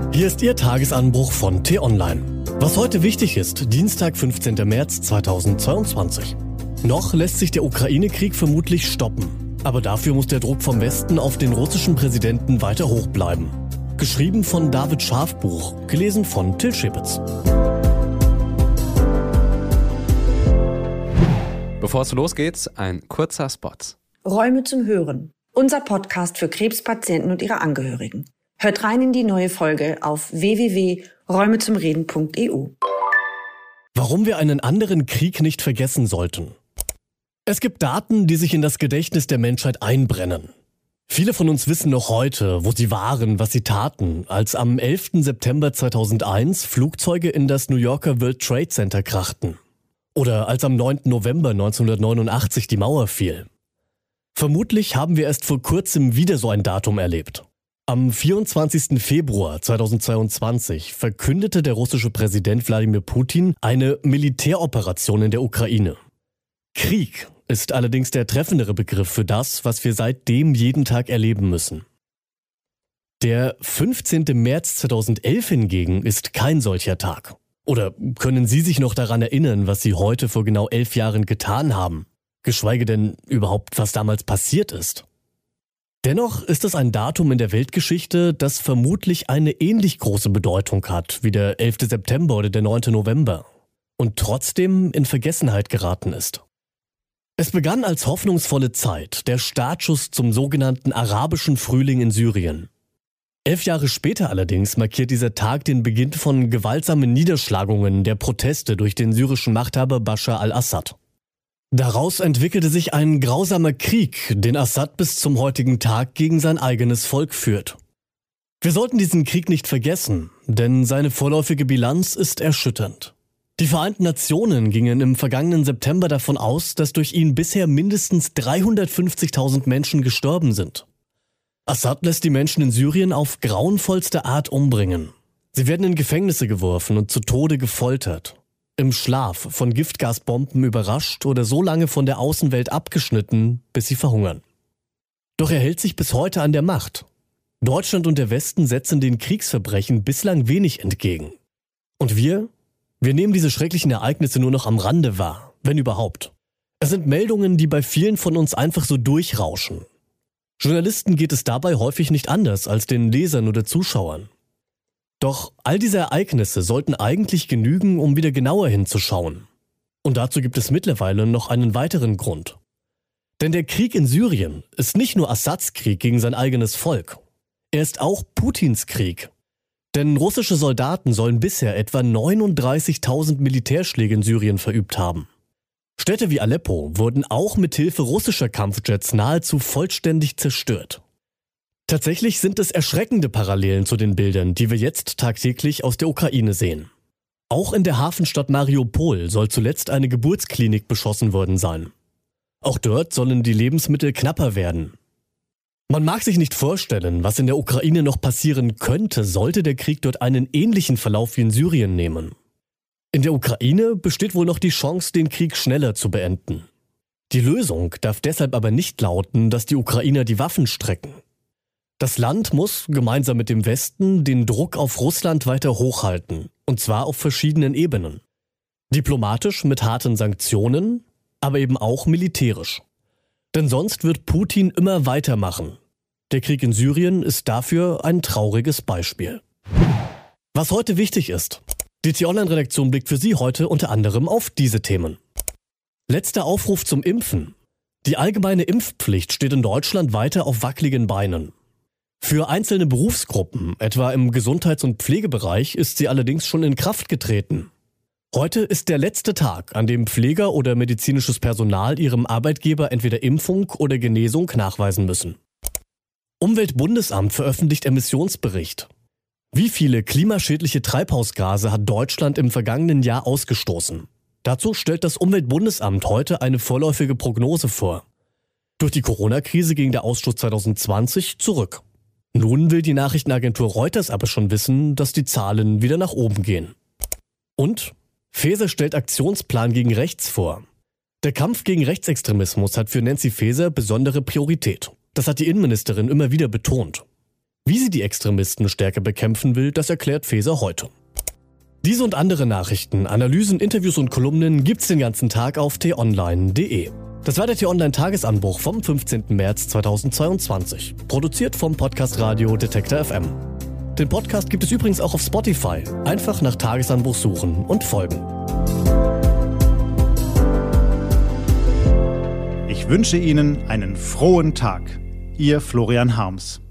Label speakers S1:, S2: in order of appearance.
S1: Hier ist Ihr Tagesanbruch von T-Online. Was heute wichtig ist, Dienstag, 15. März 2022. Noch lässt sich der Ukraine-Krieg vermutlich stoppen. Aber dafür muss der Druck vom Westen auf den russischen Präsidenten weiter hoch bleiben. Geschrieben von David Schafbuch, gelesen von Till Schäpitz.
S2: Bevor es losgeht, ein kurzer Spot.
S3: Räume zum Hören. Unser Podcast für Krebspatienten und ihre Angehörigen. Hört rein in die neue Folge auf www.räumezumreden.eu.
S1: Warum wir einen anderen Krieg nicht vergessen sollten. Es gibt Daten, die sich in das Gedächtnis der Menschheit einbrennen. Viele von uns wissen noch heute, wo sie waren, was sie taten, als am 11. September 2001 Flugzeuge in das New Yorker World Trade Center krachten. Oder als am 9. November 1989 die Mauer fiel. Vermutlich haben wir erst vor kurzem wieder so ein Datum erlebt. Am 24. Februar 2022 verkündete der russische Präsident Wladimir Putin eine Militäroperation in der Ukraine. Krieg ist allerdings der treffendere Begriff für das, was wir seitdem jeden Tag erleben müssen. Der 15. März 2011 hingegen ist kein solcher Tag. Oder können Sie sich noch daran erinnern, was Sie heute vor genau 11 Jahren getan haben? Geschweige denn überhaupt, was damals passiert ist. Dennoch ist es ein Datum in der Weltgeschichte, das vermutlich eine ähnlich große Bedeutung hat wie der 11. September oder der 9. November und trotzdem in Vergessenheit geraten ist. Es begann als hoffnungsvolle Zeit, der Startschuss zum sogenannten arabischen Frühling in Syrien. 11 Jahre später allerdings markiert dieser Tag den Beginn von gewaltsamen Niederschlagungen der Proteste durch den syrischen Machthaber Bashar al-Assad. Daraus entwickelte sich ein grausamer Krieg, den Assad bis zum heutigen Tag gegen sein eigenes Volk führt. Wir sollten diesen Krieg nicht vergessen, denn seine vorläufige Bilanz ist erschütternd. Die Vereinten Nationen gingen im vergangenen September davon aus, dass durch ihn bisher mindestens 350.000 Menschen gestorben sind. Assad lässt die Menschen in Syrien auf grauenvollste Art umbringen. Sie werden in Gefängnisse geworfen und zu Tode gefoltert. Im Schlaf von Giftgasbomben überrascht oder so lange von der Außenwelt abgeschnitten, bis sie verhungern. Doch er hält sich bis heute an der Macht. Deutschland und der Westen setzen den Kriegsverbrechen bislang wenig entgegen. Und wir nehmen diese schrecklichen Ereignisse nur noch am Rande wahr, wenn überhaupt. Es sind Meldungen, die bei vielen von uns einfach so durchrauschen. Journalisten geht es dabei häufig nicht anders als den Lesern oder Zuschauern. Doch all diese Ereignisse sollten eigentlich genügen, um wieder genauer hinzuschauen. Und dazu gibt es mittlerweile noch einen weiteren Grund. Denn der Krieg in Syrien ist nicht nur Assads Krieg gegen sein eigenes Volk. Er ist auch Putins Krieg. Denn russische Soldaten sollen bisher etwa 39.000 Militärschläge in Syrien verübt haben. Städte wie Aleppo wurden auch mit Hilfe russischer Kampfjets nahezu vollständig zerstört. Tatsächlich sind es erschreckende Parallelen zu den Bildern, die wir jetzt tagtäglich aus der Ukraine sehen. Auch in der Hafenstadt Mariupol soll zuletzt eine Geburtsklinik beschossen worden sein. Auch dort sollen die Lebensmittel knapper werden. Man mag sich nicht vorstellen, was in der Ukraine noch passieren könnte, sollte der Krieg dort einen ähnlichen Verlauf wie in Syrien nehmen. In der Ukraine besteht wohl noch die Chance, den Krieg schneller zu beenden. Die Lösung darf deshalb aber nicht lauten, dass die Ukrainer die Waffen strecken. Das Land muss, gemeinsam mit dem Westen, den Druck auf Russland weiter hochhalten, und zwar auf verschiedenen Ebenen. Diplomatisch mit harten Sanktionen, aber eben auch militärisch. Denn sonst wird Putin immer weitermachen. Der Krieg in Syrien ist dafür ein trauriges Beispiel. Was heute wichtig ist: Die T-Online-Redaktion blickt für Sie heute unter anderem auf diese Themen. Letzter Aufruf zum Impfen. Die allgemeine Impfpflicht steht in Deutschland weiter auf wackeligen Beinen. Für einzelne Berufsgruppen, etwa im Gesundheits- und Pflegebereich, ist sie allerdings schon in Kraft getreten. Heute ist der letzte Tag, an dem Pfleger oder medizinisches Personal ihrem Arbeitgeber entweder Impfung oder Genesung nachweisen müssen. Umweltbundesamt veröffentlicht Emissionsbericht. Wie viele klimaschädliche Treibhausgase hat Deutschland im vergangenen Jahr ausgestoßen? Dazu stellt das Umweltbundesamt heute eine vorläufige Prognose vor. Durch die Corona-Krise ging der Ausstoß 2020 zurück. Nun will die Nachrichtenagentur Reuters aber schon wissen, dass die Zahlen wieder nach oben gehen. Und Faeser stellt Aktionsplan gegen rechts vor. Der Kampf gegen Rechtsextremismus hat für Nancy Faeser besondere Priorität. Das hat die Innenministerin immer wieder betont. Wie sie die Extremisten stärker bekämpfen will, das erklärt Faeser heute. Diese und andere Nachrichten, Analysen, Interviews und Kolumnen gibt's den ganzen Tag auf t-online.de. Das war der T-Online-Tagesanbruch vom 15. März 2022. Produziert vom Podcast Radio Detektor FM. Den Podcast gibt es übrigens auch auf Spotify. Einfach nach Tagesanbruch suchen und folgen.
S4: Ich wünsche Ihnen einen frohen Tag. Ihr Florian Harms.